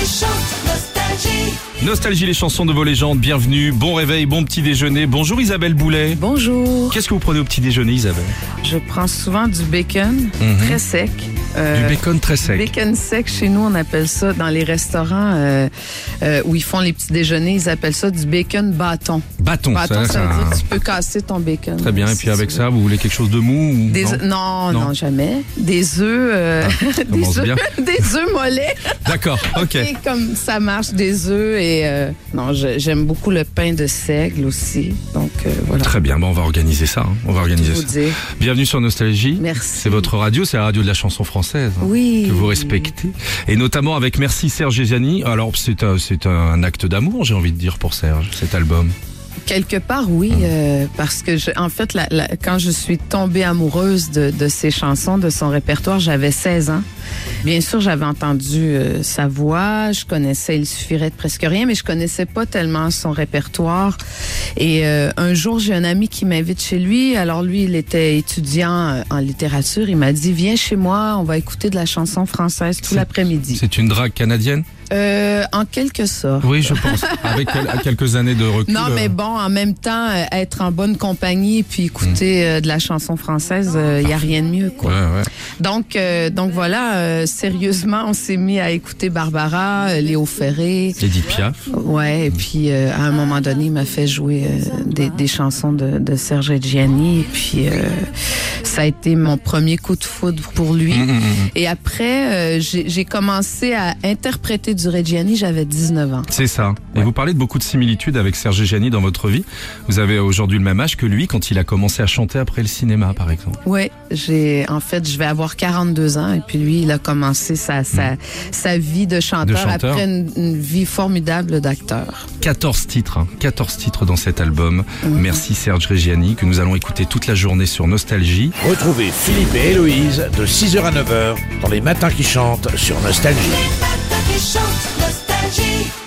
Nostalgie, les chansons de vos légendes, bienvenue, bon réveil, bon petit déjeuner. Bonjour Isabelle Boulet. Bonjour. Qu'est-ce que vous prenez au petit déjeuner, Isabelle? Je prends souvent du bacon très sec. Du bacon très sec. Bacon sec, chez nous, on appelle ça, dans les restaurants où ils font les petits déjeuners, ils appellent ça du bacon bâton. Bâton, Ça veut dire ça. que tu peux casser ton bacon. Très bien, et si puis avec tu ça, veux. vous voulez quelque chose de mou ou Non, jamais. Des œufs, commence bien. des œufs mollets. D'accord, ok. Et comme ça marche, des œufs et non, j'aime beaucoup le pain de seigle aussi. Donc voilà. Très bien, bon, on va organiser ça. On va organiser Vous ça. dire. Bienvenue sur Nostalgie. Merci. C'est votre radio, c'est la radio de la chanson française. Oui. Que vous respectez. Et notamment avec Merci Serge Géziani. Alors, c'est un acte d'amour, j'ai envie de dire, pour Serge, cet album. Quelque part, oui, parce que en fait, quand je suis tombée amoureuse de ses chansons, de son répertoire, j'avais 16 ans. Bien sûr, j'avais entendu sa voix, je connaissais Il suffirait de presque rien, mais je connaissais pas tellement son répertoire. Et un jour, j'ai un ami qui m'invite chez lui. Alors lui, il était étudiant en littérature. Il m'a dit, viens chez moi, on va écouter de la chanson française tout l'après-midi. C'est une drague canadienne? En quelque sorte. Oui, je pense. Avec quelques années de recul. Non, mais bon, en même temps, être en bonne compagnie puis écouter de la chanson française, il y a rien de mieux, quoi. Ouais. Donc voilà, sérieusement, on s'est mis à écouter Barbara, Léo Ferré. Edith Piaf. Ouais, et puis à un moment donné, il m'a fait jouer des chansons de Serge Reggiani. Et puis ça a été mon premier coup de foudre pour lui. Et après, j'ai commencé à interpréter du Reggiani, j'avais 19 ans. C'est ça. Et vous parlez de beaucoup de similitudes avec Serge Reggiani dans votre vie. Vous avez aujourd'hui le même âge que lui quand il a commencé à chanter après le cinéma, par exemple. Oui, en fait, je vais avoir 42 ans et puis lui, il a commencé sa vie de chanteur après une vie formidable d'acteur. 14 titres, 14 titres dans cet album. Merci Serge Reggiani, que nous allons écouter toute la journée sur Nostalgie. Retrouvez Philippe et Héloïse de 6h à 9h dans Les Matins qui chantent sur Nostalgie. Nostalgie.